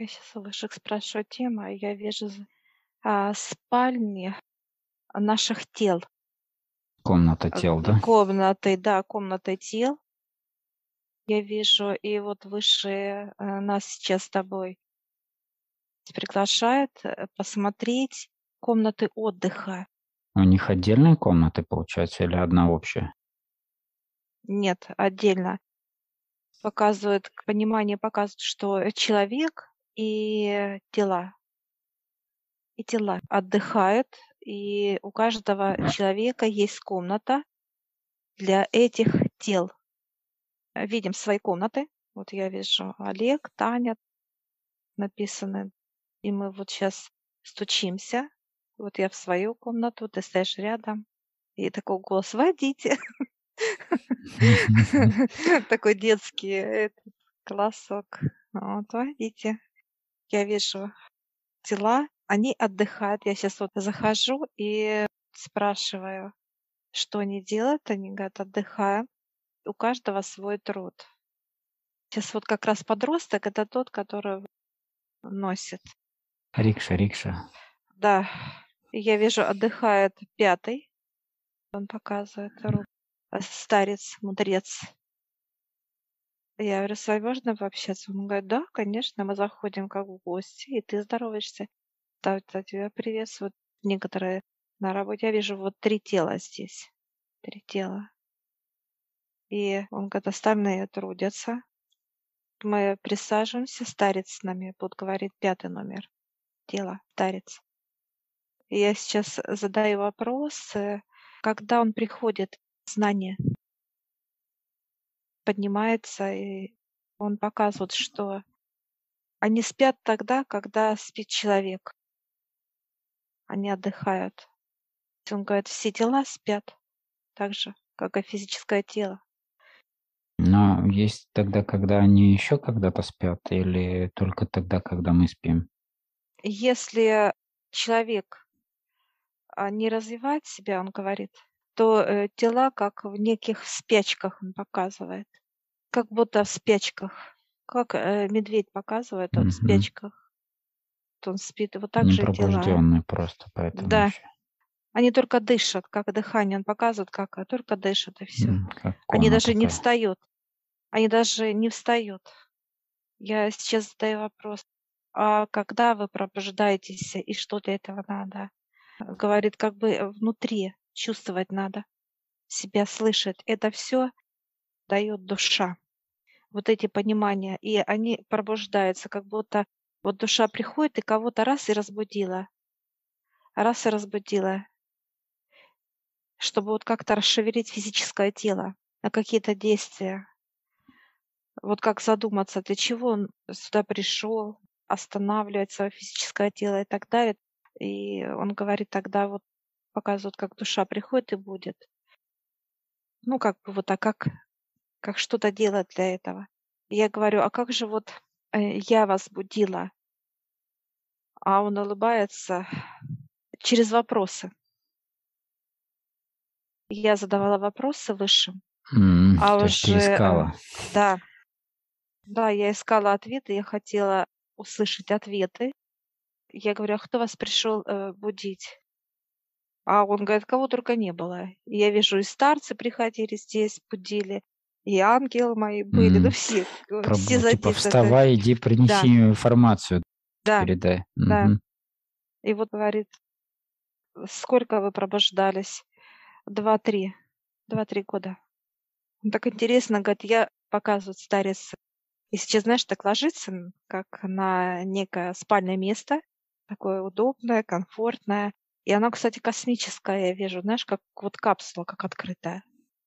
Я сейчас у высших спрашиваю тему, а я вижу спальни наших тел. Комната тел, да? Комнаты, да, комнаты тел. Я вижу, и вот высшие нас сейчас с тобой приглашают посмотреть комнаты отдыха. У них отдельные комнаты, получается, или одна общая? Нет, отдельно. Показывают, понимание показывает, что человек и тела отдыхают, и у каждого человека есть комната для этих тел. Видим свои комнаты. Вот я вижу Олег, Таня написаны. И мы вот сейчас стучимся. Вот я в свою комнату, ты стоишь рядом. И такой голос: «Войдите!» Такой детский голосок. Вот: «Войдите!» Я вижу тела, они отдыхают. Я сейчас вот захожу и спрашиваю, что они делают. Они говорят: «Отдыхаем». У каждого свой труд. Сейчас вот как раз подросток — это тот, который носит. Рикша. Да, и я вижу, отдыхает пятый. Он показывает руку. Старец, мудрец. Я говорю: «С вами можно пообщаться?» Он говорит: «Да, конечно». Мы заходим как в гости, и ты здороваешься. Да, тебя приветствуют. Некоторые на работе. Я вижу вот 3 тела здесь. 3 тела. И он говорит: «Остальные трудятся». Мы присаживаемся, старец с нами будет говорить, 5 номер. Тело, старец. И я сейчас задаю вопрос, когда он приходит, знание поднимается, и он показывает, что они спят тогда, когда спит человек. Они отдыхают. Он говорит, все тела спят так же, как и физическое тело. Но есть тогда, когда они еще когда-то спят, или только тогда, когда мы спим? Если человек не развивает себя, он говорит, то тела как в неких спячках он показывает. Как будто в спячках. Как медведь показывает, он в Мгм. спячках. Вот он спит, и вот так же и тела. Непробужденный просто, поэтому Да, еще. они только дышат, как дыхание. Он показывает, как только дышат, и все. Как Они кома даже не такая. встают. Они даже не встают. Я сейчас задаю вопрос: а когда вы пробуждаетесь и что для этого надо? Говорит, как бы внутри чувствовать надо, себя слышать. Это все дает душа. Вот эти понимания. И они пробуждаются, как будто вот душа приходит и кого-то раз и разбудила. Раз и разбудила. Чтобы вот как-то расшевелить физическое тело на какие-то действия. Вот как задуматься, для чего он сюда пришел, останавливать свое физическое тело и так далее. И он говорит тогда вот, показывает, как душа приходит и будет. Ну, как бы вот, как что-то делать для этого. И я говорю, а как же вот я вас будила? А он улыбается через вопросы. Я задавала вопросы высшим, а То есть ты уже, искала. да, да, я искала ответы, я хотела услышать ответы. Я говорю, а кто вас пришел будить? А он говорит, кого только не было. И я вижу, и старцы приходили здесь, будили, и ангелы мои были, ну М, все, все Типа задействованы. вставай, иди принеси Да, информацию, да, передай. да. Мгм. И вот говорит, сколько вы пробуждались? 2-3, 2-3 года. Он так интересно, говорит, я показываю старец. И сейчас, знаешь, так ложится, как на некое спальное место, такое удобное, комфортное. И оно, кстати, космическое, я вижу, знаешь, как вот капсула, как открытая.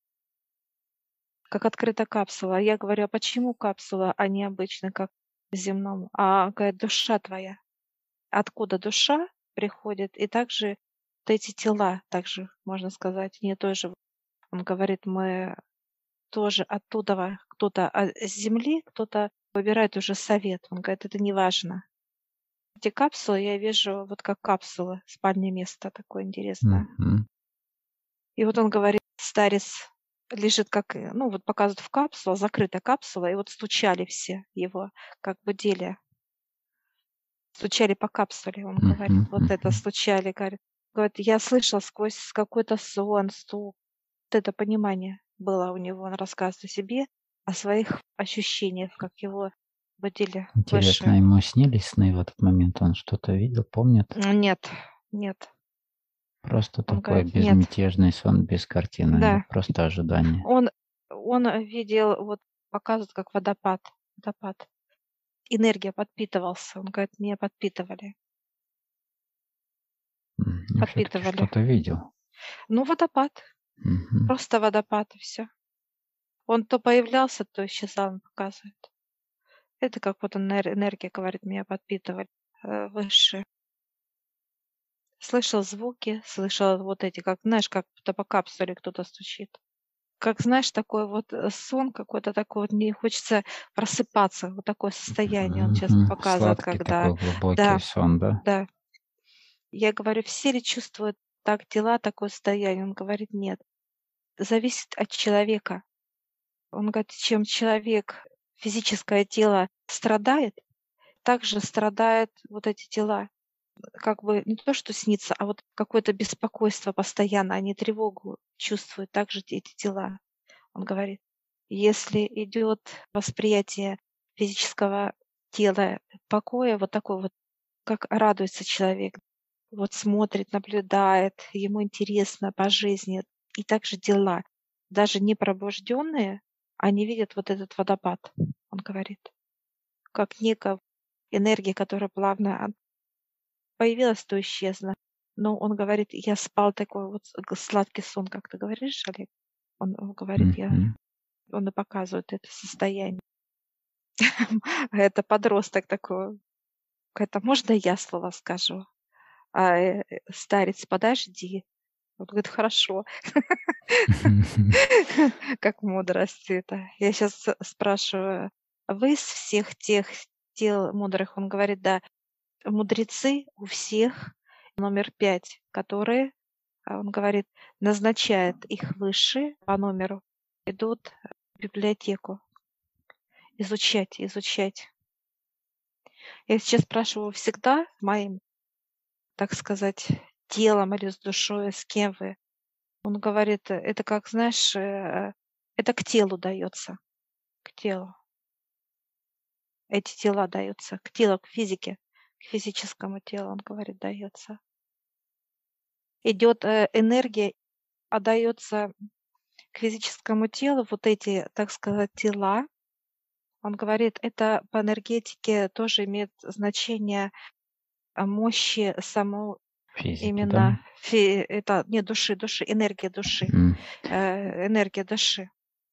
Как открыта капсула. Я говорю, а почему капсула, а не обычно, как в земном? А говорит, душа твоя. Откуда душа приходит, и также вот эти тела, также, можно сказать, не тоже. Он говорит, мы тоже оттуда, кто-то с земли, кто-то выбирает уже совет. Он говорит, это не важно. Эти капсулы я вижу вот как капсулы, спальное место такое интересное. Мгм. И вот он говорит, старец лежит как, ну вот показывает в капсулу, закрытая капсула, и вот стучали все его, как будили. Стучали по капсуле, он Мгм, говорит. Вот это мгм. стучали, говорит. Говорит, я слышал сквозь какой-то сон, стук. Вот это понимание было у него. Он рассказывает о себе, о своих ощущениях, как его будили Интересно, выше. ему снились сны в этот момент? Он что-то видел, помнит? Нет, нет. Просто Он такой говорит, нет. безмятежный сон без картины или Да. просто ожидание? Он, он видел, вот показывает, как водопад. Водопад. Энергия подпитывался. Он говорит, меня подпитывали. Но все-таки Подпитывали. что-то видел. Ну, водопад. Мгм. Просто водопад и все. Он то появлялся, то исчезал, он показывает. Это как вот энергия, говорит, меня подпитывали высшие. Слышал звуки, слышал вот эти, как, знаешь, как будто по капсуле кто-то стучит. Как, знаешь, такой вот сон какой-то такой, вот не хочется просыпаться, вот такое состояние он сейчас Мгм. показывает, Сладкий когда, такой глубокий да, сон, да? да. Я говорю, все ли чувствуют так дела, такое состояние? Он говорит, нет. Зависит от человека. Он говорит, чем человек, физическое тело страдает, также страдают вот эти дела. Как бы не то, что снится, а вот какое-то беспокойство постоянно, они тревогу чувствуют, также эти дела. Он говорит, если идет восприятие физического тела покоя, вот такой вот, как радуется человек, вот смотрит, наблюдает, ему интересно по жизни, и также дела, даже не пробужденные, они видят вот этот водопад, он говорит, как некая энергия, которая плавно появилась, то исчезла. Но он говорит, я спал такой вот сладкий сон, как ты говоришь, Олег. Он говорит, Мгм. он и показывает это состояние. А это подросток такой. Это можно я слово скажу? Старец, подожди. Он говорит, хорошо. Как мудрость это. Я сейчас спрашиваю, вы из всех тех тел мудрых? Он говорит, да, мудрецы у всех номер 5, которые, он говорит, назначает их выше по номеру, идут в библиотеку изучать, изучать. Я сейчас спрашиваю всегда моим, так сказать, телом или с душой, с кем вы? Он говорит, это как, знаешь, это к телу дается, к телу. Эти тела даются, к телу, к физике, к физическому телу, он говорит, дается. Идет энергия, отдается к физическому телу, вот эти, так сказать, тела. Он говорит, это по энергетике тоже имеет значение мощи самого Физики, да? именно это не души, души, М. энергия души.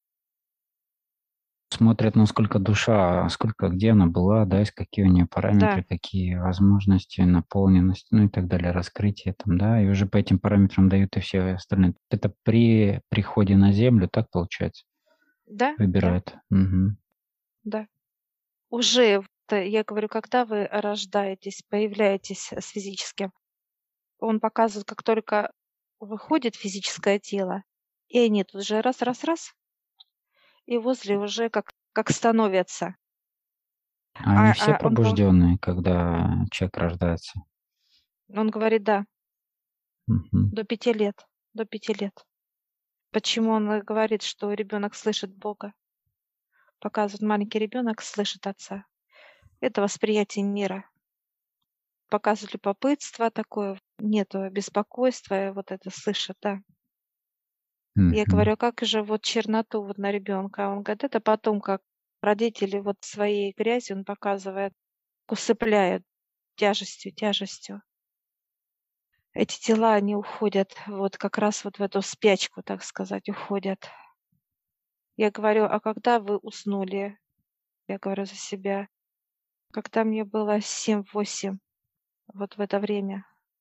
Смотрят, насколько душа, сколько, где она была, да, есть какие у нее Да, параметры, какие возможности, наполненность, ну и так далее, раскрытие там, да, и уже по этим параметрам дают и все остальные. Это при приходе на Землю, так получается, да, да, выбирают. Мгм. да. Уже, вот, я говорю, когда вы рождаетесь, появляетесь с физическим, он показывает, как только выходит физическое тело, и они тут же раз, раз, раз, и возле уже как становятся. А они все Он, пробужденные, когда человек рождается? он говорит, да, Мгм. до 5 лет, до 5 лет. Почему он говорит, что ребенок слышит Бога? Показывает, маленький ребенок слышит отца. Это восприятие мира. Показывает любопытство такое, нету беспокойства, вот это слышит, да. Я Мгм. говорю, а как же вот черноту вот на ребенка? Он говорит, это потом, как родители вот своей грязью, он показывает, усыпляют тяжестью, тяжестью. Эти тела, они уходят вот как раз вот в эту спячку, так сказать, уходят. Я говорю, а когда вы уснули? Я говорю за себя. Когда мне было 7-8, вот в это время.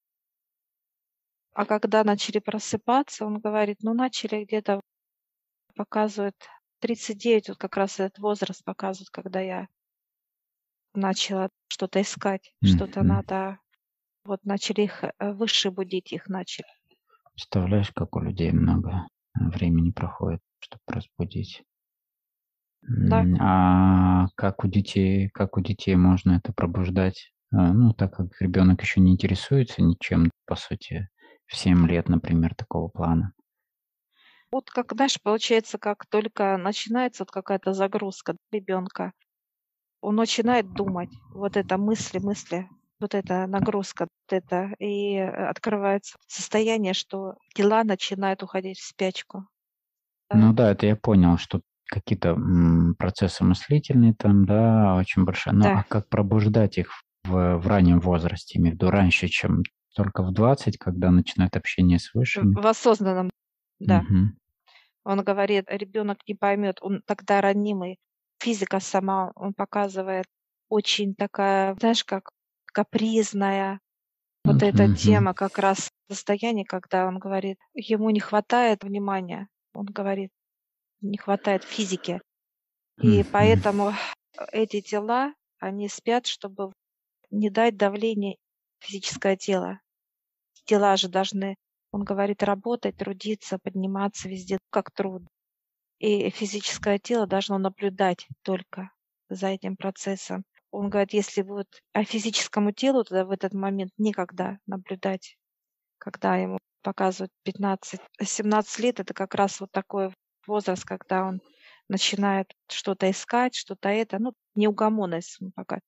А когда начали просыпаться, он говорит, ну, начали где-то, показывает 39, вот как раз этот возраст показывает, когда я начала что-то искать, что-то Мгм. надо, вот начали их, выше будить их начали. Представляешь, как у людей много времени проходит, чтобы разбудить. Да. А как у детей можно это пробуждать? Ну, так как ребенок еще не интересуется ничем, по сути, в 7 лет, например, такого плана. Вот как, знаешь, получается, как только начинается вот какая-то загрузка ребенка, он начинает думать, вот это мысли, вот эта нагрузка, вот это, и открывается состояние, что дела начинают уходить в спячку. Ну Да, да, это я понял, что какие-то процессы мыслительные там, да, очень большие. Ну а да, как пробуждать их в раннем возрасте, имею в виду раньше, чем только в 20, когда начинают общение с высшими? в осознанном, да. Мгм. Он говорит, ребенок не поймет, он тогда ранимый. Физика сама, он показывает, очень такая, знаешь, как капризная. Вот эта Мгм. тема как раз состояние, когда он говорит, ему не хватает внимания. Он говорит, не хватает физики. И Мгм. поэтому эти тела, они спят, чтобы не дать давления физическое тело. Тела же должны, он говорит, работать, трудиться, подниматься везде, как труд. И физическое тело должно наблюдать только за этим процессом. Он говорит, если вот физическому телу тогда в этот момент некогда наблюдать, когда ему показывают 15-17 лет, это как раз вот такой возраст, когда он начинает что-то искать, что-то это, ну, неугомонность пока,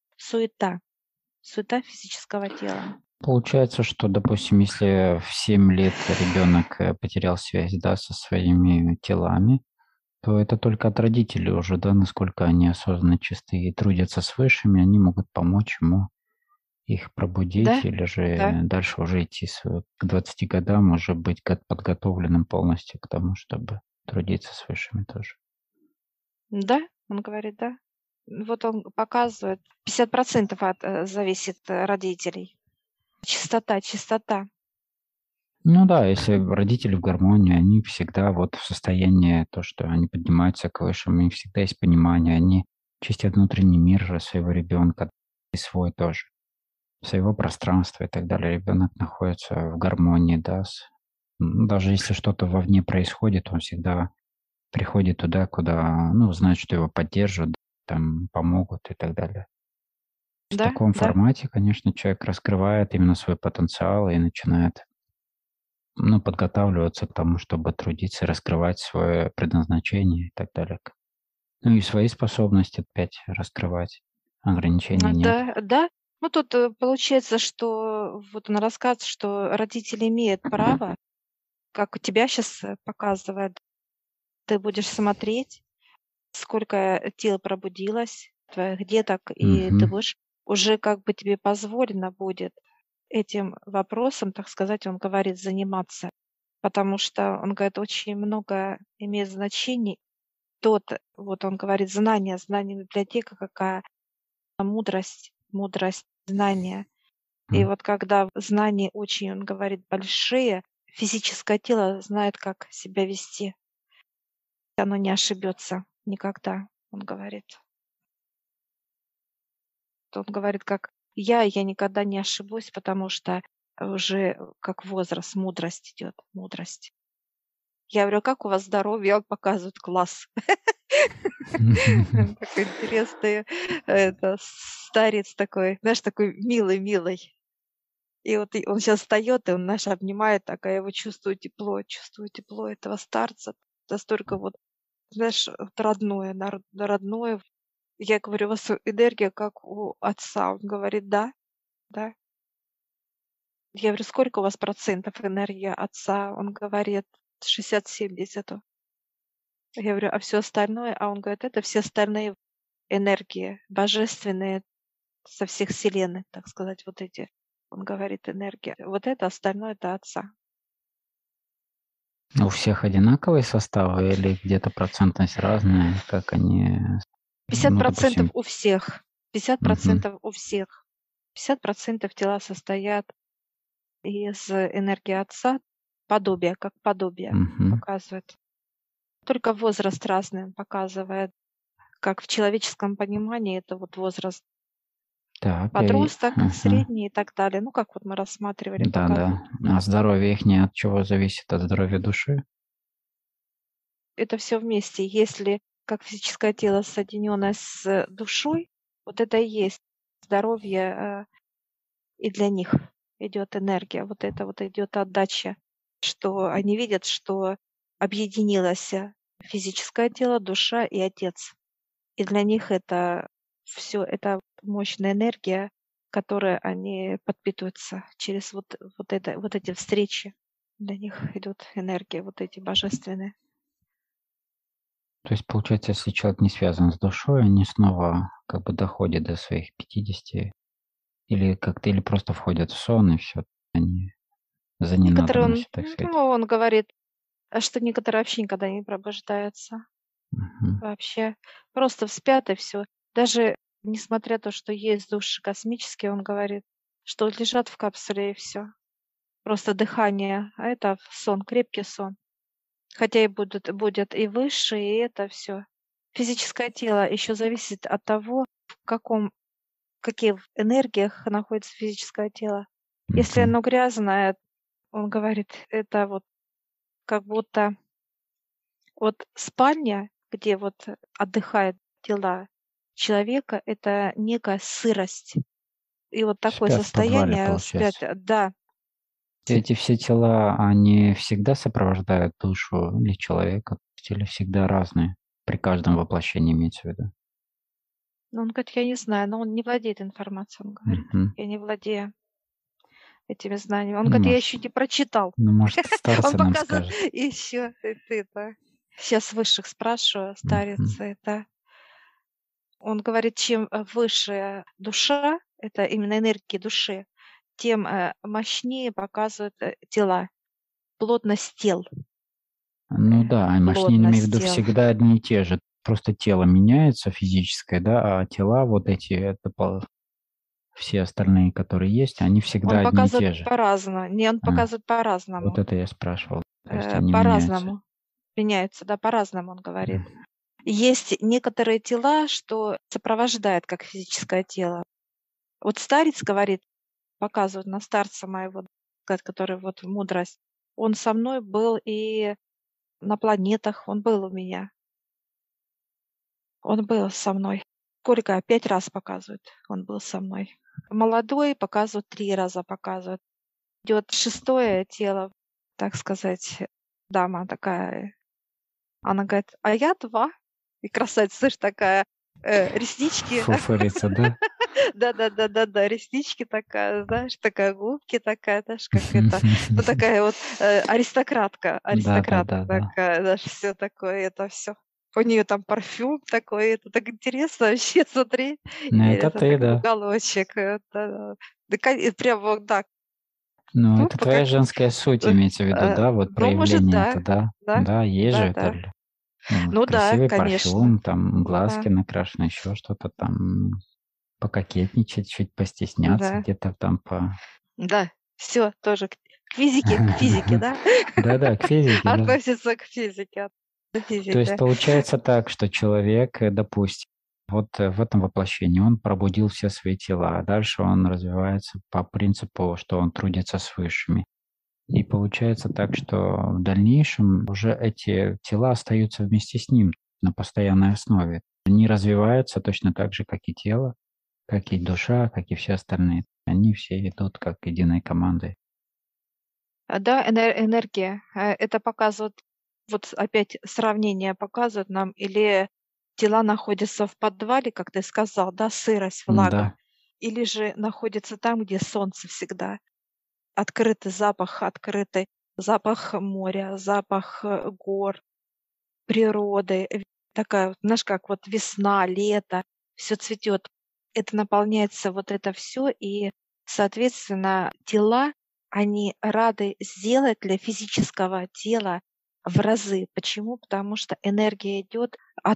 суета физического тела. Получается, что, допустим, если в 7 лет ребенок потерял связь, да, со своими телами, то это только от родителей уже, да, насколько они осознанно чистые и трудятся с высшими, они могут помочь ему их Да, пробудить или да, же дальше уже идти к 20 годам, уже быть подготовленным полностью к тому, чтобы трудиться с высшими тоже. да, он говорит, да. Вот он показывает, 50% зависит родителей. Чистота. Ну да, если родители в гармонии, они всегда вот в состоянии, то, что они поднимаются к высшим, у них всегда есть понимание, они чистят внутренний мир своего ребенка и свой тоже, своего пространства и так далее. Ребенок находится в гармонии, да, даже если что-то вовне происходит, он всегда приходит туда, куда, ну, знает, что его поддержат, там, помогут и так далее. В Да, таком да, формате, конечно, человек раскрывает именно свой потенциал и начинает, ну, подготавливаться к тому, чтобы трудиться, раскрывать свое предназначение и так далее. Ну и свои способности опять раскрывать. Ограничений нет. да. Ну, тут получается, что вот он рассказывает, что родители имеют право, как у тебя сейчас показывает, ты будешь смотреть, сколько тел пробудилось, твоих деток, и ты Мгм. будешь уже как бы тебе позволено будет этим вопросом, так сказать, он говорит, заниматься. Потому что, он говорит, очень много имеет значений. Тот, вот он говорит, знание библиотека какая, мудрость, знания. И М. вот когда знания очень, он говорит, большие, физическое тело знает, как себя вести. Оно не ошибется никогда, он говорит. Он говорит, как я никогда не ошибусь, потому что уже как возраст, мудрость идет, мудрость. Я говорю: "А как у вас здоровье?" Он показывает: "Класс". Он такой интересный, это старец такой, знаешь, такой милый. И вот он сейчас встает, и он, знаешь, обнимает, так, а я его чувствую тепло этого старца. Настолько вот, знаешь, вот родное, родное. Я говорю: "У вас энергия как у отца". Он говорит: "Да, да". Я говорю: "Сколько у вас процентов энергии отца?" Он говорит: 60-70 где-то. Я говорю: "А все остальное?" А он говорит: "Это все остальные энергии божественные со всех вселенных, так сказать, вот эти". Он говорит: "Энергия". Вот это остальное — это отца. У всех одинаковые составы или где-то процентность разная? Как они, Пятьдесят ну, процентов допустим. у всех. пятьдесят Мгм. процентов у всех. 50% тела состоят из энергии отца, подобие, как подобие Мгм. показывает. Только возраст разный он показывает. Как в человеческом понимании, это вот возраст Так, подросток, ага. средний и так далее. Ну, как вот мы рассматривали, показывали. Да-да. А здоровье их не от чего зависит? От здоровья души? Это все вместе. Если как физическое тело соединенное с душой, вот это и есть здоровье. и для них идет энергия, вот это вот идет отдача, что они видят, что объединилось физическое тело, душа и Отец. И для них это все, это мощная энергия, которой они подпитываются через вот эти встречи. Для них идет энергия, вот эти божественные. То есть, получается, если человек не связан с душой, они снова как бы доходят до своих 50 или как-то, или просто входят в сон, и все, они за Некоторые ненадобностью, так сказать. он говорит, что некоторые вообще никогда не пробуждаются. Мгм. Вообще просто спят и все. Даже несмотря то, что есть души космические, он говорит, что лежат в капсуле и все. Просто дыхание, а это сон, крепкий сон. Хотя и будет и выше, и это все. Физическое тело еще зависит от того, каких энергиях находится физическое тело. Если Мгм. оно грязное, он говорит, это вот как будто вот спальня, где вот отдыхают тела человека, это некая сырость. И вот такое Спят в подвале, состояние спят, получается. да. Эти все тела, они всегда сопровождают душу или человека, или всегда разные? При каждом воплощении имеется в виду. Но он говорит, я не знаю, но он не владеет информацией, он говорит. Мгм. Я не владею этими знаниями. Он Ну, говорит, я может, еще не прочитал. может, Он старцы нам показывает скажут. еще это. Сейчас высших спрашиваю, Мгм. старец это. Он говорит, чем выше душа, это именно энергия души, тем мощнее показывают тела, плотность тел. Ну да, а мощнее, имею в Плотность виду, тел. всегда одни и те же. Просто тело меняется физическое, да, а тела вот эти, это все остальные, которые есть, они всегда Он одни и показывает те же. по-разному. Не, он А, показывает вот по-разному. это я спрашивал. То есть они меняются. По-разному. Меняются, да, по-разному, он говорит. Есть некоторые тела, что сопровождают как физическое тело. Вот старец говорит, показывает на старца моего, который вот мудрость. Он со мной был и на планетах, он был у меня. Он был со мной. Сколько? 5 раз показывает, он был со мной. Молодой показывает 3 раза показывает. Идет шестое тело, так сказать, дама такая. Она говорит, а я 2. И красавица, слышь, такая, реснички. Фуфырится, да? Да-да-да-да-да, реснички такая, знаешь, такая губки такая, знаешь, как это, ну такая вот аристократка, аристократка Да-да-да-да. такая, знаешь, все такое, это все. У нее там парфюм такой, это так интересно вообще, смотри, Ну, и это это ты, так в да. уголочек, это, да, прям вот так, Ну, ну, это твоя женская суть э, имеется в виду, да, вот ну, может, проявление это, да, да? да, Да, есть же да, это да, ну, ну да, красивый конечно, парфюм, там глазки да, накрашены, еще что-то там, пококетничать, чуть постесняться да, где-то там по... да, все тоже к физике, да, Да-да, к физике, да. относится к физике, То есть физика. получается так, что человек, допустим, вот в этом воплощении он пробудил все свои тела, а дальше он развивается по принципу, что он трудится с высшими. И получается так, что в дальнейшем уже эти тела остаются вместе с ним на постоянной основе. Они развиваются точно так же, как и тело, как и душа, как и все остальные. Они все идут как единой командой. Да, энергия. Это показывает, вот опять сравнение показывает нам, или тела находятся в подвале, как ты сказал, да, сырость, влага, Да, или же находятся там, где солнце всегда. Открытый запах моря, запах гор, природы. Такая вот, знаешь, как вот весна, лето, все цветет. Это наполняется вот это все, и, соответственно, тела, они рады сделать для физического тела в разы. Почему? Потому что энергия идет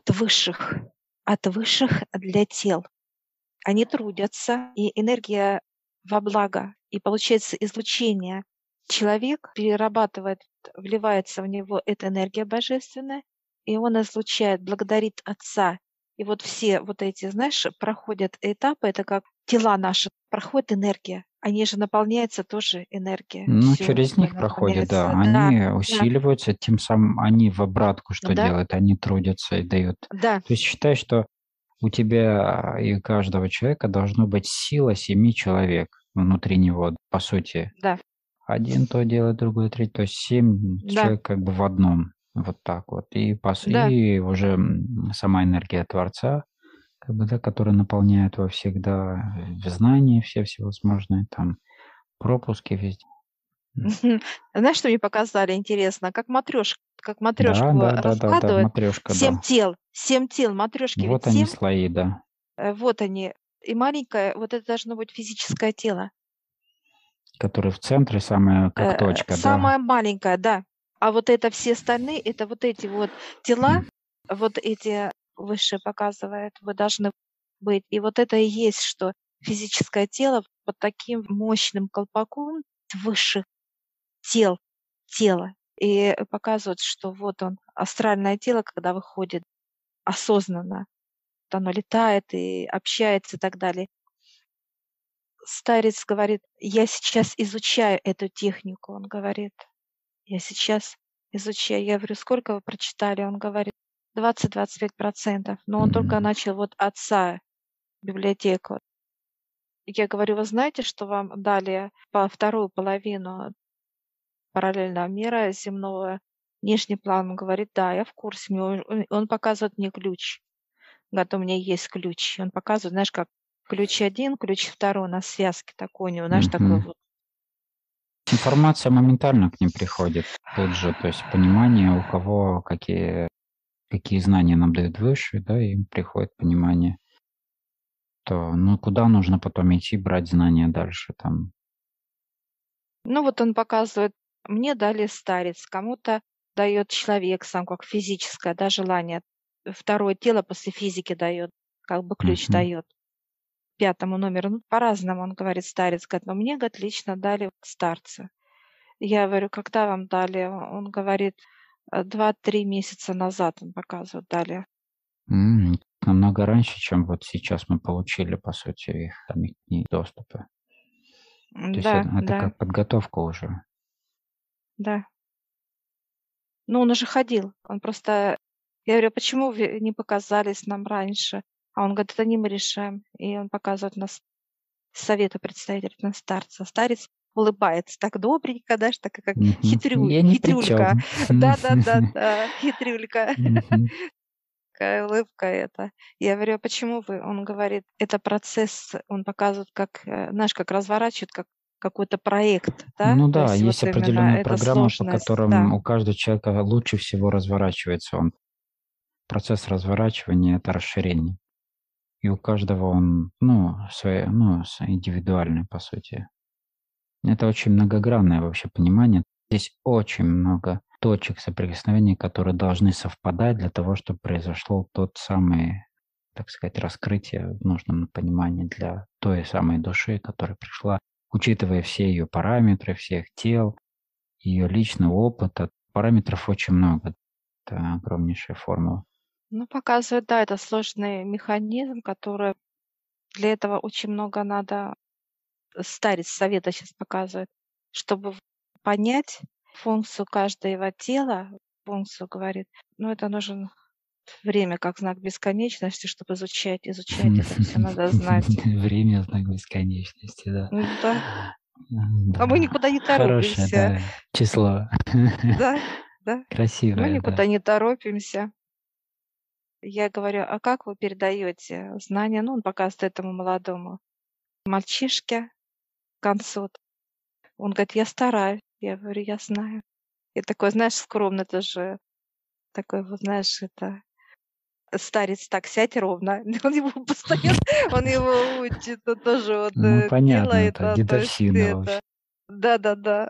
от высших для тел. Они трудятся, и энергия во благо. И получается излучение. Человек перерабатывает, вливается в него эта энергия божественная, и он излучает, благодарит Отца. И вот все вот эти, знаешь, проходят этапы, это как тела наши, проходит энергия. Они же наполняются тоже энергией. ну Все через них проходит, да. наполняется. Да, Они да, усиливаются, тем самым они в обратку что да, делают? Они трудятся и дают. да. То есть считай, что у тебя и у каждого человека должно быть сила 7 человек. внутри него, по сути. Да, Один то делает, другой третий. То есть 7 да, человек как бы в одном. Вот так вот. да. И уже сама энергия Творца, как бы, да, которая наполняет во всегда знания все всевозможные, там, пропуски везде. Знаешь, что мне показали интересно? Как Да, матрешку да, да, да, да, раскладывают. матрешка, 7 да. тел. 7 тел. Матрешки ведь Вот они 7. слои, да, Вот они. И маленькое, вот это должно быть физическое тело. которые в центре, самая как точка, да. Самое маленькое, да. А вот это все остальные, это вот эти вот тела, М, вот эти выше показывает, вы должны быть. И вот это и есть, что физическое тело под таким мощным колпаком высших тел, тела. И показывают, что вот он, астральное тело, когда выходит осознанно, вот оно летает и общается и так далее. Старец говорит: "Я сейчас изучаю эту технику". Он говорит: "Я сейчас изучаю". Я говорю: "Сколько вы прочитали?" Он говорит: 20-25%. Но он только м, начал вот отца, библиотеку. Я говорю: "Вы знаете, что вам дали по вторую половину параллельного мира земного, внешний план?" Он говорит: "Да, я в курсе". Он показывает мне ключ. Говорит: "У меня есть ключ". Он показывает, знаешь, как ключ один, ключ второй на связке такой у него, знаешь, такой мгм. вот. Информация моментально к ним приходит тут же, то есть понимание, у кого какие знания нам дают выше, да, им приходит понимание, то, ну, куда нужно потом идти, брать знания дальше там. Ну, вот он показывает: мне дали старец, кому-то дает человек сам, как физическое, да, желание. Второе тело после физики дает, как бы ключ Мгм. дает пятому номеру. Ну, по-разному, он говорит, старец. Говорит: "Но мне, говорит, лично дали вот старца". Я говорю: "Когда вам дали?" Он говорит: 2-3 месяца назад", он показывает, дали. Намного раньше, чем вот сейчас мы получили, по сути, их самих книг доступа. То есть Да, это да, как подготовка уже. да. Ну, он уже ходил. Он просто Я говорю: "Почему вы не показались нам раньше?" А он говорит: "Это не мы решаем". И он показывает нас совету представительного старца. Старец улыбается так добренько, знаешь, так как Мгм. Я ни при хитрюлька. чём. Да-да-да-да, хитрюлька. Мгм. Такая улыбка это. Я говорю: "А почему вы?" Он говорит: "Это процесс". Он показывает, как, знаешь, как разворачивает, как какой-то проект, да. Ну То да, есть вот есть именно определенная эта программа, по сложность, да. которым у каждого человека лучше всего разворачивается он. Процесс разворачивания — это расширение. И у каждого он, ну, индивидуальный, по сути. Это очень многогранное вообще понимание. Здесь очень много точек соприкосновения, которые должны совпадать для того, чтобы произошло тот самый, так сказать, раскрытие в нужном понимании для той самой души, которая пришла, учитывая все ее параметры, всех тел, ее личного опыта. Параметров очень много. Это огромнейшая формула. Ну, показывает, да, это сложный механизм, который для этого очень много надо. Старец совета сейчас показывает, чтобы понять функцию каждого тела, функцию, говорит, ну, это нужен время как знак бесконечности, чтобы изучать это все надо знать. Время — знак бесконечности, да. Да, а мы Да. никуда не Хорошее, торопимся. да, число. Да, да, мы Красивое, да. никуда не торопимся. Я говорю: "А как вы передаете знания?" Ну, он показывает этому молодому мальчишке к концу. Он говорит: "Я стараюсь". Я говорю: "Я знаю". И такой, знаешь, скромный тоже, такой вот, знаешь, это старец: "Так, сядь ровно". Он его постоянно, он его учит, он тоже вот, Ну, понятно, делает, это да, то есть дедовщина вообще. это да-да-да.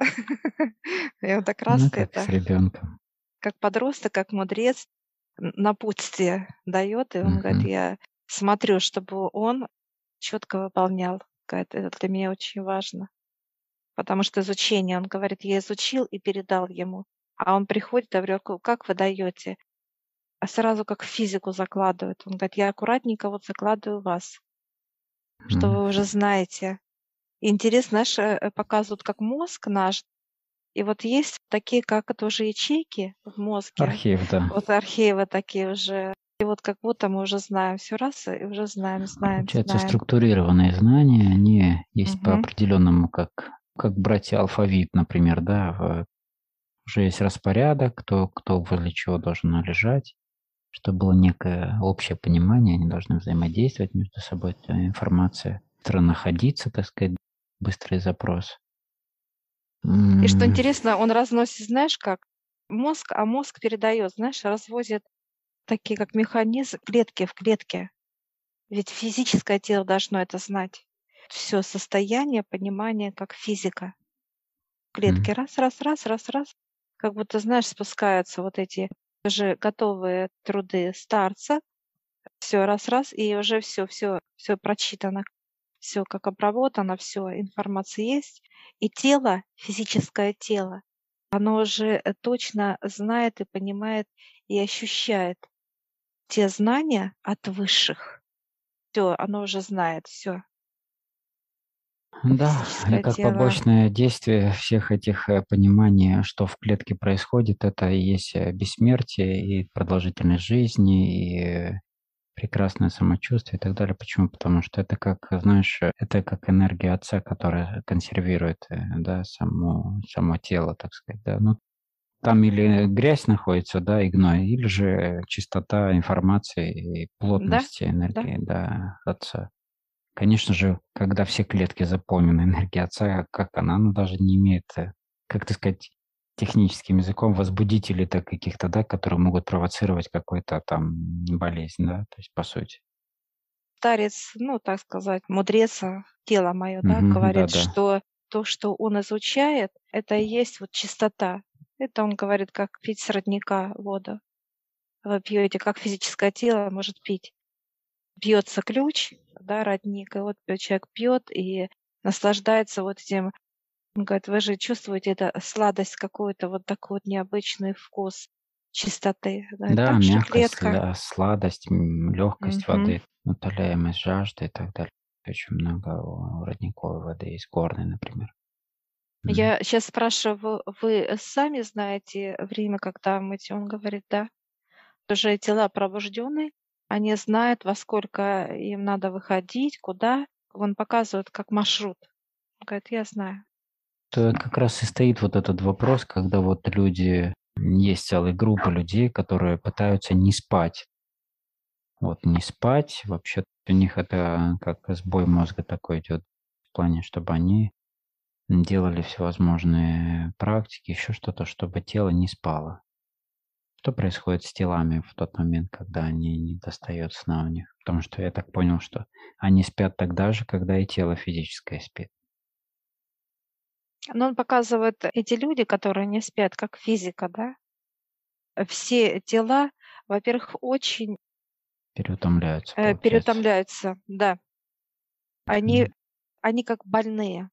И он так Ну, раз как с это, ребенком. как подросток, как мудрец, напутствие даёт, и он говорит: Мгм. "Я смотрю, чтобы он четко выполнял". Говорит: "Это для меня очень важно". Потому что изучение, он говорит: "Я изучил и передал ему". А он приходит, я говорю: "Как вы даёте?" А сразу как в физику закладывает. Он говорит: "Я аккуратненько вот закладываю вас, что М. вы уже знаете". И интересно, знаешь, показывают, как мозг наш. И вот есть такие, как тоже ячейки в мозге, Архив, да. вот архивы такие уже. И вот как будто мы уже знаем все раз, и уже знаем, знаем, Получается, знаем. структурированные знания, они есть по Мгм. определенному, как братья алфавит, например, да, уже есть распорядок, кто возле чего должен лежать, чтобы было некое общее понимание, они должны взаимодействовать между собой, эта информация, быстро находиться, так сказать, быстрый запрос. И что М, интересно, он разносит, знаешь как? Мозг, а мозг передает, знаешь, разводит такие как механизм клетки в клетке. Ведь физическое тело должно это знать. Все состояние, понимание, как физика. Клетки м. раз, раз, раз, раз, раз. Как будто, знаешь, спускаются вот эти уже готовые труды старца. Все раз, раз, и уже все прочитано, все как обработано, все информация есть. И тело, физическое тело, оно уже точно знает и понимает и ощущает те знания от высших. Все, оно уже знает все. Да, и Физическое как тело. побочное действие всех этих пониманий, что в клетке происходит, это и есть бессмертие и продолжительность жизни, и прекрасное самочувствие и так далее. Почему? Потому что это как, знаешь, это как энергия Отца, которая консервирует, да, само тело, так сказать, да. Ну, там или грязь находится, да, и гной, или же чистота информации и Да, плотности да. энергии, да, Отца. Конечно же, когда все клетки заполнены энергией Отца, как она даже не имеет, как так сказать, техническим языком, возбудителей так каких-то, да, которые могут провоцировать какую-то там болезнь, да, то есть по сути. Старец, ну, так сказать, мудрец, тело мое, да, Мгм. говорит, Да-да. что то, что он изучает, это и есть вот чистота. Это он говорит, как пить с родника воду. Вы пьете, как физическое тело может пить. Бьется ключ, да, родник, и вот человек пьет и наслаждается вот этим. Он говорит, вы же чувствуете это сладость какую-то, вот такой вот необычный вкус чистоты. Да, Да, так же мягкость, клетка. сладость, легкость Мгм. воды, утоляемость жажды и так далее. Очень много родниковой воды есть, горной, например. Мгм. Я сейчас спрашиваю, вы сами знаете время, когда мыть? Он говорит, да. Уже тела пробужденные, они знают, во сколько им надо выходить, куда. Он показывает как маршрут. Он говорит, я знаю. То как раз и стоит вот этот вопрос, когда вот люди, есть целая группа людей, которые пытаются не спать. Вот не спать, вообще у них это как сбой мозга такой идет в плане, чтобы они делали всевозможные практики, еще что-то, чтобы тело не спало. Что происходит с телами в тот момент, когда они не достает сна у них? Потому что я так понял, что они спят тогда же, когда и тело физическое спит. Но он показывает эти люди, которые не спят, как физика, да. Все тела, во-первых, очень Переутомляются, получается. переутомляются, да. Они, Мгм. они как больные.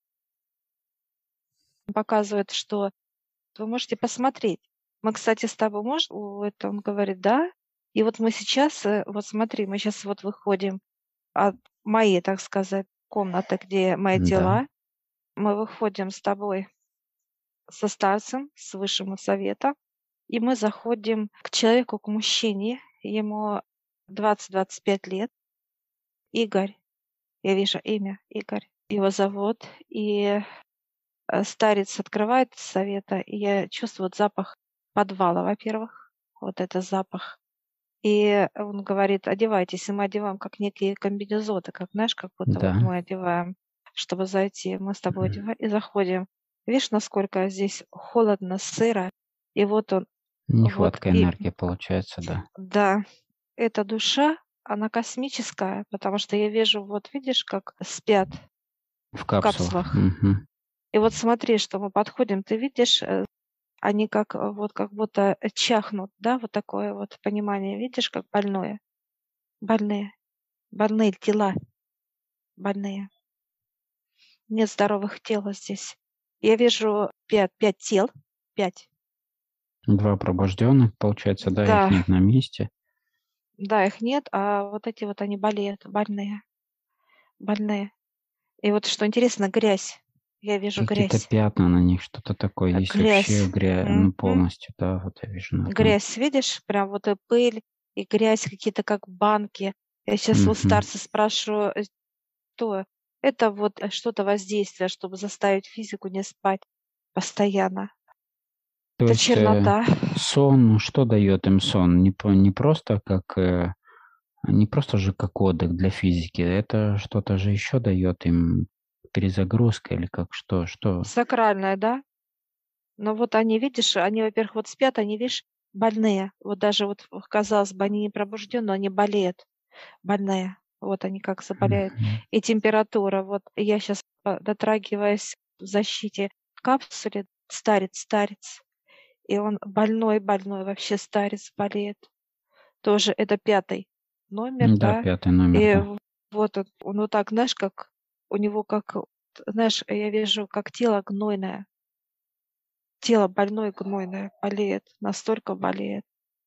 Он показывает, что вы можете посмотреть. Мы, кстати, с тобой можем, это он говорит, да. И вот мы сейчас, вот смотри, мы сейчас вот выходим от моей, так сказать, комнаты, где мои Да, дела. Мы выходим с тобой со старцем, с высшего совета, и мы заходим к человеку, к мужчине, ему 20-25 лет, Игорь. Я вижу имя Игорь. Его зовут. И старец открывает совета, и я чувствую вот запах подвала, во-первых. Вот это запах. И он говорит: "Одевайтесь". И мы одеваем как некие комбинезоны, как, знаешь, как будто вот да. мы одеваем, чтобы зайти. Мы с тобой Мгм. одеваем и заходим. Видишь, насколько здесь холодно, сыро. И вот он, вот Нехватка и энергии получается, да. да, эта душа, она космическая, потому что я вижу, вот видишь, как спят В в капсулах. капсулах. Мгм. И вот смотри, что мы подходим, ты видишь, они как, вот как будто чахнут, да, вот такое вот понимание, видишь, как больное, больные, больные тела, больные. Нет здоровых тел здесь. Я вижу 5 тел, 5. 2 пробужденных, получается, да, их Да, нет на месте. да, их нет, а вот эти вот они болеют, больные, больные. И вот что интересно, грязь. Я вижу Какие-то грязь. пятна на них, что-то такое есть вообще, Грязь. ну, Мгм. полностью, да, вот я вижу на одном. Грязь, видишь, прям вот и пыль. и грязь, какие-то как банки. Я сейчас вот Мгм. старца спрашиваю, что это вот что-то воздействие, чтобы заставить физику не спать постоянно. То Это есть, чернота. сон, что дает им сон? Не просто как, не просто же как отдых для физики, это что-то же еще дает им, перезагрузка или как что? Что? Сакральное, да? Но вот они, видишь, они, во-первых, вот спят, они, видишь, больные. Вот даже вот, казалось бы, они не пробуждены, но они болеют, больные. Вот они как заболеют. Мгм. И температура. Вот я сейчас дотрагиваюсь в защите капсуле, старец. И он больной, вообще старец болеет. Тоже это 5 номер, Да, да. 5 номер, И да. вот он вот так, знаешь, как у него как, знаешь, я вижу, как тело гнойное. Тело больное, гнойное, болеет, настолько болеет.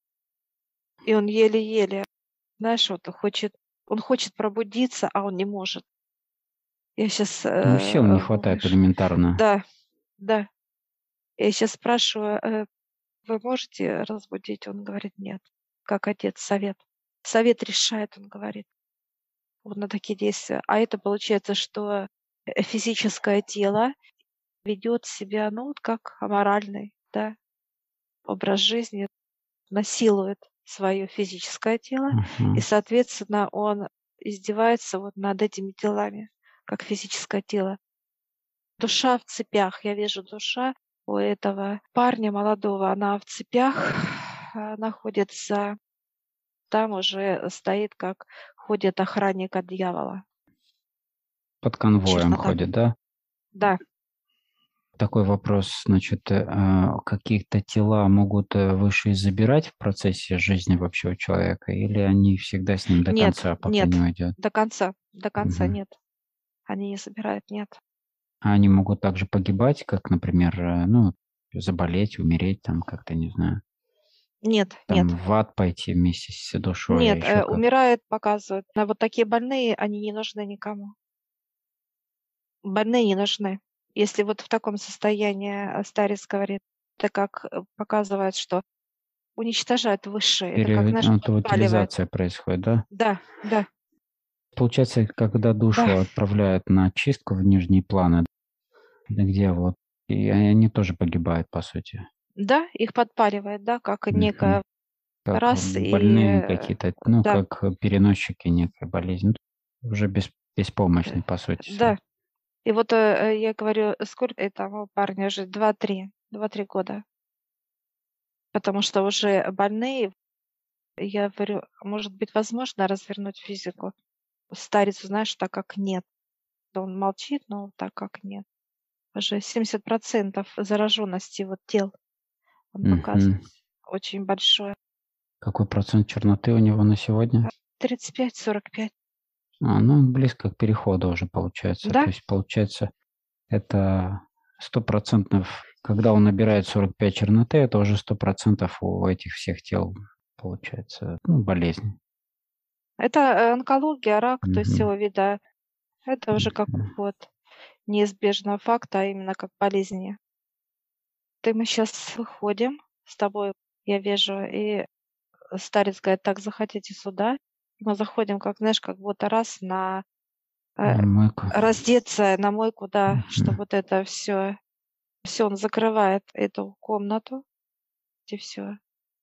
И он еле-еле, знаешь, вот он хочет пробудиться, а он не может. Я сейчас, Ну, сил не хватает элементарно. да, да. Я сейчас спрашиваю: "Вы можете разбудить?" Он говорит: "Нет". Как отец, совет. Совет решает, он говорит, вот на такие действия. А это получается, что, физическое тело ведет себя, ну, вот как аморальный, да, образ жизни. Насилует свое физическое тело, и, Ага. соответственно, он издевается вот над этими телами, как физическое тело. Душа в цепях. Я вижу, душа у этого парня молодого, она в цепях находится. Там уже стоит, как ходит охранник от дьявола. Под конвоем Чернота. ходит, да? Да. Такой вопрос, значит, каких-то тела могут, высшие забирать в процессе жизни вообще у человека, или они всегда с ним до Нет, конца, пока не нет. уйдет? До конца Мгм. нет. Они не забирают, нет. А они могут также погибать, как, например, ну, заболеть, умереть, там как-то, не знаю, Нет, нет. там в ад пойти вместе с душой, а Нет, еще как. умирает, показывают. А вот такие больные, они не нужны никому. Больные не нужны. Если вот в таком состоянии, старец говорит, это как, показывает, что уничтожает высшее. Это как, знаешь, подпаливает. Аутоутилизация происходит, да? Да, да, Получается, когда да, душу отправляют на чистку в нижние планы, да, где вот, и они тоже погибают, по сути. да, их подпаливает, да, как Мгм. некое Как раз и, больные какие-то, ну, да, как переносчики некой болезни. Ну, уже э, беспомощны, по сути своей. да. И вот, я говорю: "Сколько этому парню жить?" 2-3 года. Потому что уже больные. Я говорю: "Может быть, возможно развернуть физику?" Старец, знаешь, так как нет. Он молчит, но так как нет. Уже 70% зараженности вот тел он показывает. Мгм. Очень большое. Какой процент черноты у него на сегодня? 35-45. Ну, близко к переходу уже получается. Да, То есть, получается, это 100%, когда он набирает 45 черноты, это уже 100% у этих всех тел получается, ну, болезнь. это, онкология, рак, то есть Мгм. всего вида. Это уже как Мгм. уход неизбежного факта, а именно как болезни. Мы сейчас выходим с тобой, я вижу, и старец говорит: "Так, заходите сюда". Мы заходим, как, знаешь, как будто раз э, На мойку. раздеться на мойку, да, что Мгм. вот это все он закрывает эту комнату, и все.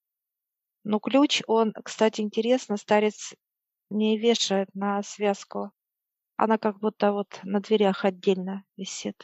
Но ключ он, кстати, интересно, старец не вешает на связку. Она как будто вот на дверях отдельно висит.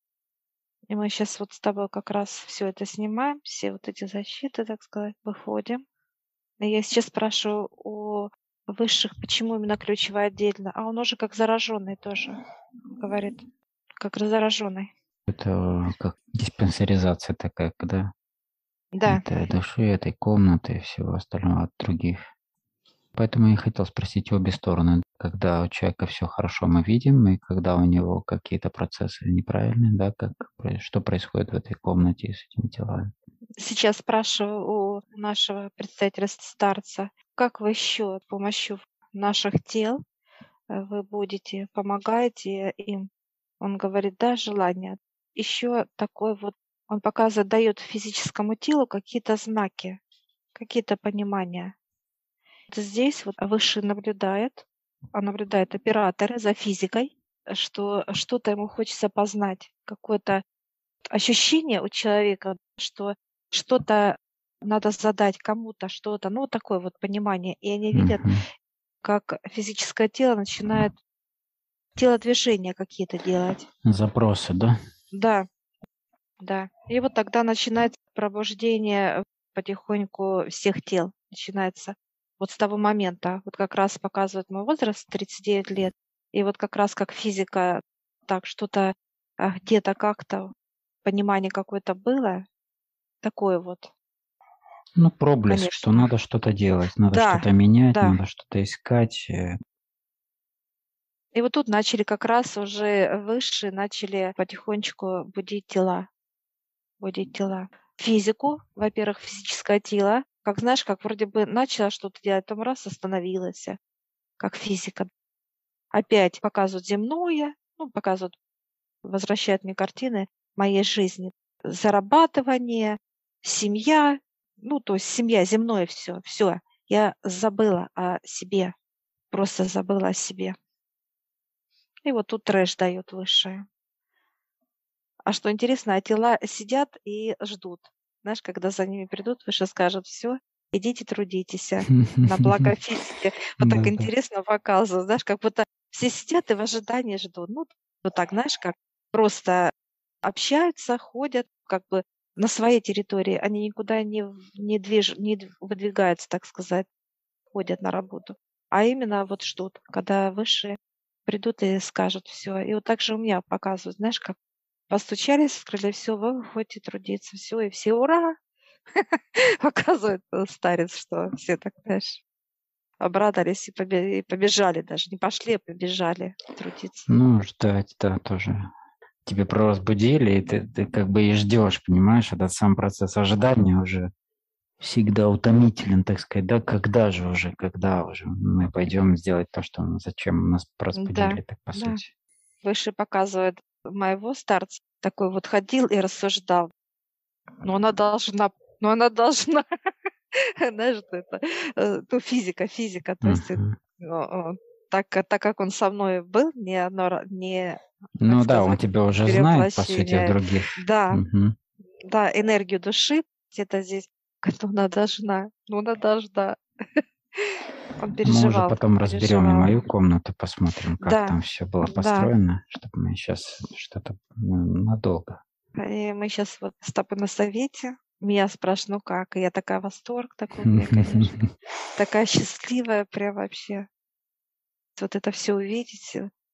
И мы сейчас вот с тобой как раз все это снимаем, все вот эти защиты, так сказать, выходим. И я сейчас спрашиваю у высших, почему именно ключевая отдельно, а он уже как зараженный тоже говорит, как зараженный. Это как диспансеризация такая, когда Да. этой души, этой комнаты и всего остального от других. Поэтому я и хотел спросить обе стороны. Когда у человека все хорошо, мы видим, и когда у него какие-то процессы неправильные, да, что происходит в этой комнате с этими телами. Сейчас спрашиваю у нашего представителя старца, как вы еще с помощью наших тел вы будете, помогаете им? Он говорит, да, желание. Еще такой вот, он показывает, дает физическому телу какие-то знаки, какие-то понимания. Вот здесь вот Высший наблюдает, наблюдает операторы за физикой, что что-то ему хочется познать, какое-то ощущение у человека, что что-то надо задать кому-то, что-то, ну, вот такое вот понимание. И они видят, Мгм. как физическое тело начинает телодвижения какие-то делать. Запросы, да? Да, да. И вот тогда начинается пробуждение потихоньку всех тел. Начинается вот с того момента. Вот как раз показывает мой возраст, 39 лет. И вот как раз как физика, так что-то где-то как-то понимание какое-то было, такое вот, Ну, проблеск, что конечно. надо что-то делать, надо Да, что-то менять, да. надо что-то искать. И вот тут начали как раз уже высшие начали потихонечку будить тела. Физику, во-первых, физическое тело. Как знаешь, как вроде бы начала что-то делать, потом раз остановилась, как физика. Опять показывают земное, ну, показывают, возвращают мне картины моей жизни. Зарабатывание, семья, ну, то есть семья, земное все, все. Я забыла о себе, просто забыла о себе. И вот тут трэш дает высшее. А что интересно, а тела сидят и ждут. Знаешь, когда за ними придут, выше скажут: все, идите трудитесь, на благо физики. Вот так Да-да. интересно показывают, знаешь, как будто все сидят и в ожидании ждут. Ну, вот так, знаешь, как просто общаются, ходят как бы на своей территории. Они никуда не выдвигаются, так сказать, ходят на работу. А именно вот ждут, когда высшие придут и скажут все. И вот так же у меня показывают, знаешь, как постучались, сказали: все, вы выходите трудиться". Все и все: "Ура!" Показывает, старец, что все так, знаешь, обрадовались и побежали даже. Не пошли, а побежали трудиться. Ну, ждать, да, тоже. Тебе про разбудили, и ты как бы и ждешь, понимаешь, этот сам процесс ожидания уже всегда утомителен, так сказать, да, когда уже мы пойдем сделать то, что зачем нас Да, разбудили, так по да. сути. Выше показывает моего старца. Такой вот ходил и рассуждал: "Ну, она должна, ну, она должна". Знаешь, вот это, ну, физика. То есть, Мгм. так как он со мной был, не одно не, так Ну да, он сказать, тебя уже знает, по сути, в перевоплощение. других. Да, Мгм. да, энергию души где-то здесь. Говорит: "Ну, она должна, ну, она должна". Он Мы уже переживал, потом разберем и переживал. мою комнату, посмотрим, как Да, там все было да. построено, чтобы мы сейчас что-то надолго. И мы сейчас вот с тобой на совете. Меня спрашивают: "Ну как?" И я такая, восторг такой у меня, конечно. Такая счастливая прям вообще. Вот это все увидеть.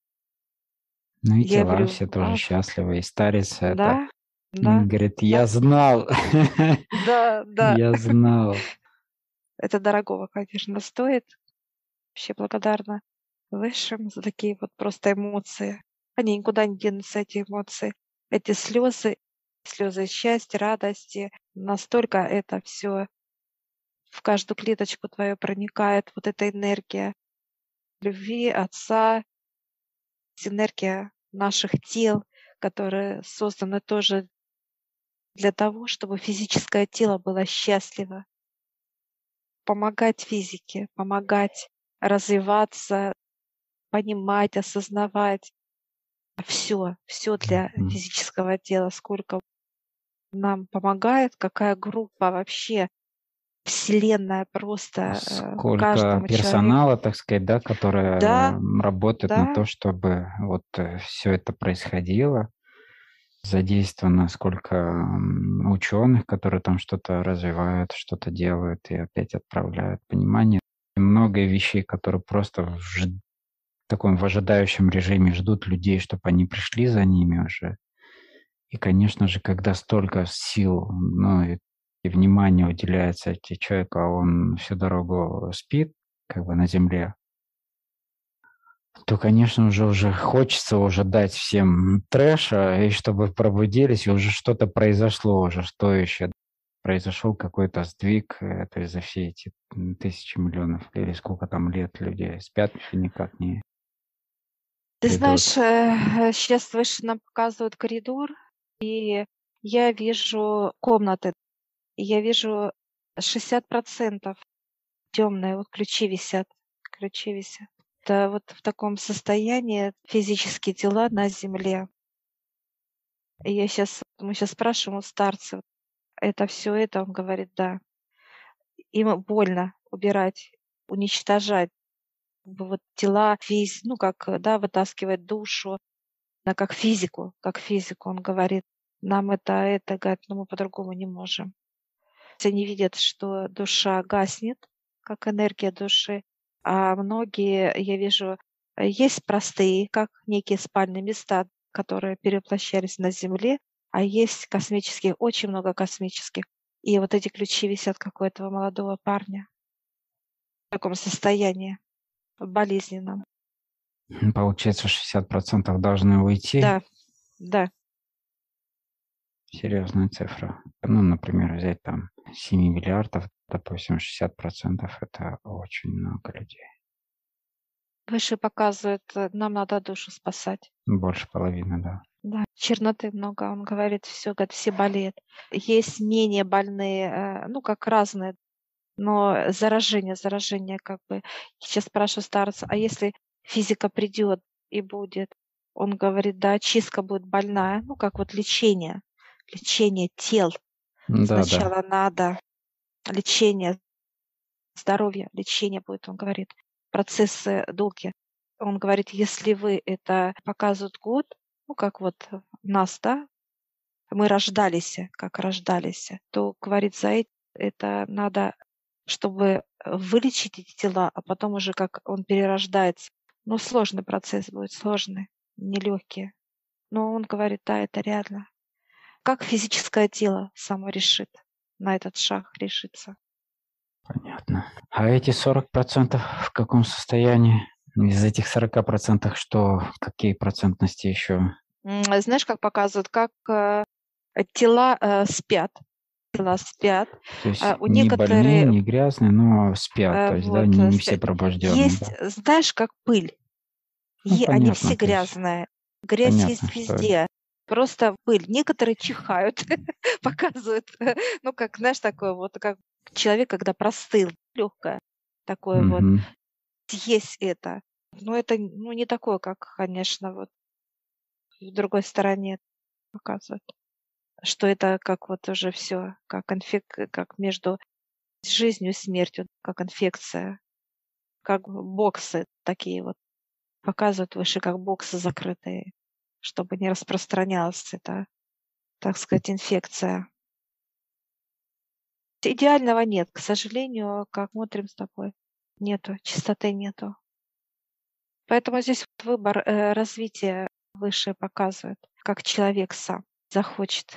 Ну и Я тела говорю: все тоже "А, счастливы. И старец это да, да, говорит: да, "Я знал, да, да". я знал". Это дорогого, конечно, стоит. Вообще благодарна высшим за такие вот просто эмоции. Они никуда не денутся, эти эмоции. Эти слезы счастья, радости. Настолько это все в каждую клеточку твою проникает, вот эта энергия любви Отца, энергия наших тел, которые созданы тоже для того, чтобы физическое тело было счастливо. Помогать физике, помогать развиваться, понимать, осознавать. Все для Мгм. физического тела. Сколько нам помогает, какая группа вообще, вселенная просто, Сколько каждому человеку. персонала, так сказать, да, которое Да, работает на да. то, чтобы вот все это происходило. Задействовано сколько ученых, которые там что-то развивают, что-то делают и опять отправляют. Понимание. И много вещей, которые просто в таком в ожидающем режиме ждут людей, чтобы они пришли за ними уже. И, конечно же, когда столько сил, ну и внимания уделяется человеку, а он всю дорогу спит, как бы на земле, то, конечно, уже хочется уже дать всем трэша, и чтобы пробудились, и уже что-то произошло уже стоящее. Произошел какой-то сдвиг, то есть за все эти тысячи миллионов или сколько там лет люди спят и никак не Ты знаешь, придут. сейчас выше нам показывают коридор, и я вижу комнаты. И я вижу 60% темное, вот ключи висят, ключи висят. Это вот в таком состоянии физические тела на земле. И мы сейчас спрашиваем у старца, это все это, он говорит, да. Им больно убирать, уничтожать вот тела, ну как, да, вытаскивать душу, да, как физику, он говорит. Нам это, говорит, но мы по-другому не можем. Они видят, что душа гаснет, как энергия души, а многие, я вижу, есть простые, как некие спальные места, которые перевоплощались на Земле, а есть космические, очень много космических. И вот эти ключи висят, как у этого молодого парня в таком состоянии болезненном. Получается, 60% должны уйти. Да, да. Серьезная цифра. Ну, например, взять там 7 миллиардов, допустим, 60% это очень много людей. Выше показывает, нам надо душу спасать. Больше половины, да. Да, черноты много, он говорит, все, говорит, все болеют. Есть менее больные, ну, как разные, но заражение как бы. Сейчас спрашиваю старца, а если физика придет и будет? Он говорит, да, чистка будет больная, ну, как вот лечение тел. Да, да. Сначала надо лечение здоровья, лечение будет, он говорит, процессы долгие. Он говорит, если вы это показывают год, ну, как вот нас, да, мы рождались, как рождались, то, говорит, это надо, чтобы вылечить эти тела, а потом уже как он перерождается. Ну, сложный процесс будет, сложный, нелегкий. Но он говорит, да, это реально. Как физическое тело само решит на этот шаг решиться. Понятно. А эти 40% в каком состоянии? Из этих 40% что, какие процентности еще? Знаешь, как показывают, как тела спят. Тела спят. То есть У не больные, некоторых не грязные, но спят. То есть, да, вот не все спят. пробужденные. Есть, Да. знаешь, как пыль. Ну, Они все понятно, то есть грязные. Грязь понятно, есть что везде. Просто пыль. Некоторые чихают, показывают. Ну, как, знаешь, такое вот, как человек, когда простыл, легкое такое вот. Мгм. Есть это. Но это не такое, как, конечно, вот в другой стороне показывают. Что это как вот уже все, как между жизнью и смертью, как инфекция, как боксы такие вот показывают выше, как боксы закрытые, чтобы не распространялась эта, так сказать, инфекция. Идеального нет, к сожалению, как смотрим с тобой. Нету, чистоты нету. Поэтому здесь вот выбор развития выше показывает, как человек сам захочет.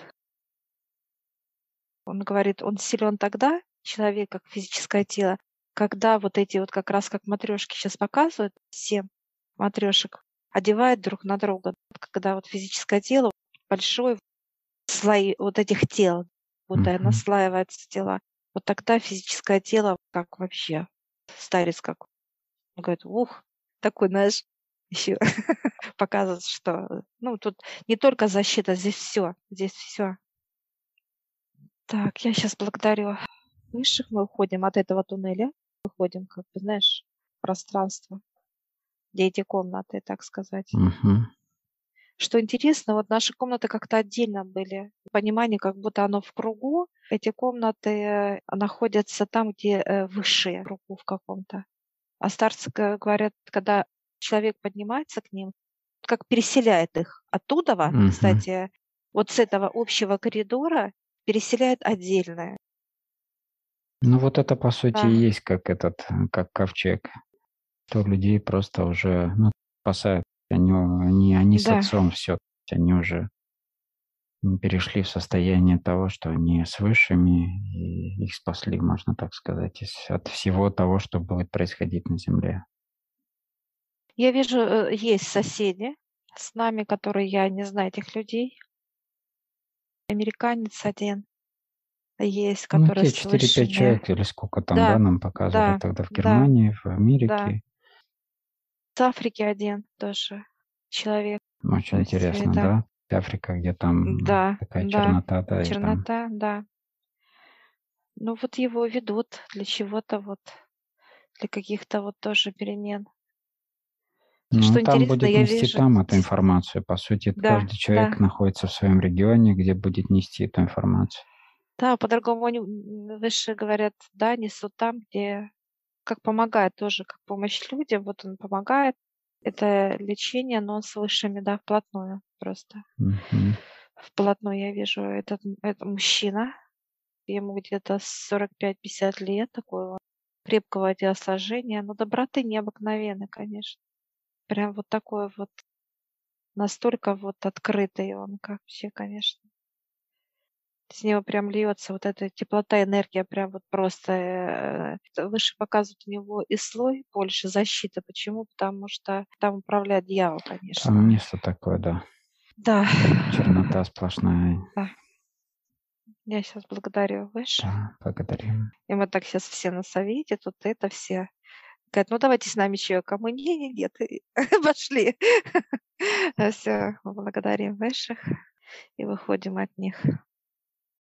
Он говорит, он силен тогда, человек как физическое тело, когда вот эти вот как раз как матрешки сейчас показывают, 7 матрешек одевают друг на друга, когда вот физическое тело большой слои вот этих тел, будто Мгм. наслаиваются тела, вот тогда физическое тело как вообще старец как. Он говорит, ух, такой, знаешь, еще показывает, что, ну, тут не только защита, здесь все, здесь все. Так, я сейчас благодарю высших, мы уходим от этого туннеля, выходим, как бы, знаешь, в пространство, где эти комнаты, так сказать. Мгм. Что интересно, вот наши комнаты как-то отдельно были. Понимание, как будто оно в кругу. Эти комнаты находятся там, где высшие в кругу в каком-то. А старцы говорят, когда человек поднимается к ним, как переселяет их оттуда, Мгм. кстати, вот с этого общего коридора переселяет отдельное. Ну, вот это, по сути, и Да, есть как как ковчег. То людей просто уже, ну, спасают. Они с да. отцом все, они уже перешли в состояние того, что они с высшими, и их спасли, можно так сказать, от всего того, что будет происходить на земле. Я вижу, есть соседи с нами, которые, я не знаю этих людей. Американец один есть, Ну, который те с 4-5 высшими. человек или сколько там, да, Да, нам показывали да, тогда в да, Германии, в да. Америке. С Африки один тоже человек. То Очень есть интересно, это да? Африка, где там да, такая да, чернота, да, и там. чернота, да. Ну вот его ведут для чего-то вот. для каких-то вот тоже перемен. Ну, Что там интересно, будет я нести вижу, там эту информацию. По сути, да, каждый человек да, находится в своем регионе, где будет нести эту информацию. да, по-другому они, выше говорят, да, несут там, где как помогает тоже, как помощь людям. Вот он помогает. Это лечение, но с высшими, да, вплотную просто. Мгм. Вплотную я вижу это мужчина, ему где-то 45-50 лет, такого крепкого телосложения, но доброты необыкновенной, конечно. Прям вот такой вот, настолько вот открытый он, как вообще, конечно. С него прям льется вот эта теплота, энергия, прям вот просто. Выше показывают у него и слой больше защиты. Почему? Потому что там управляет дьявол, Там конечно. место такое, да. Да, Чернота сплошная. да. Я сейчас благодарю Выше. Да, благодарим. И мы так сейчас все на совете, тут это все. Говорят, ну давайте с нами чаек. А мы, не, нет, пошли. Все, благодарим Высших и выходим от них.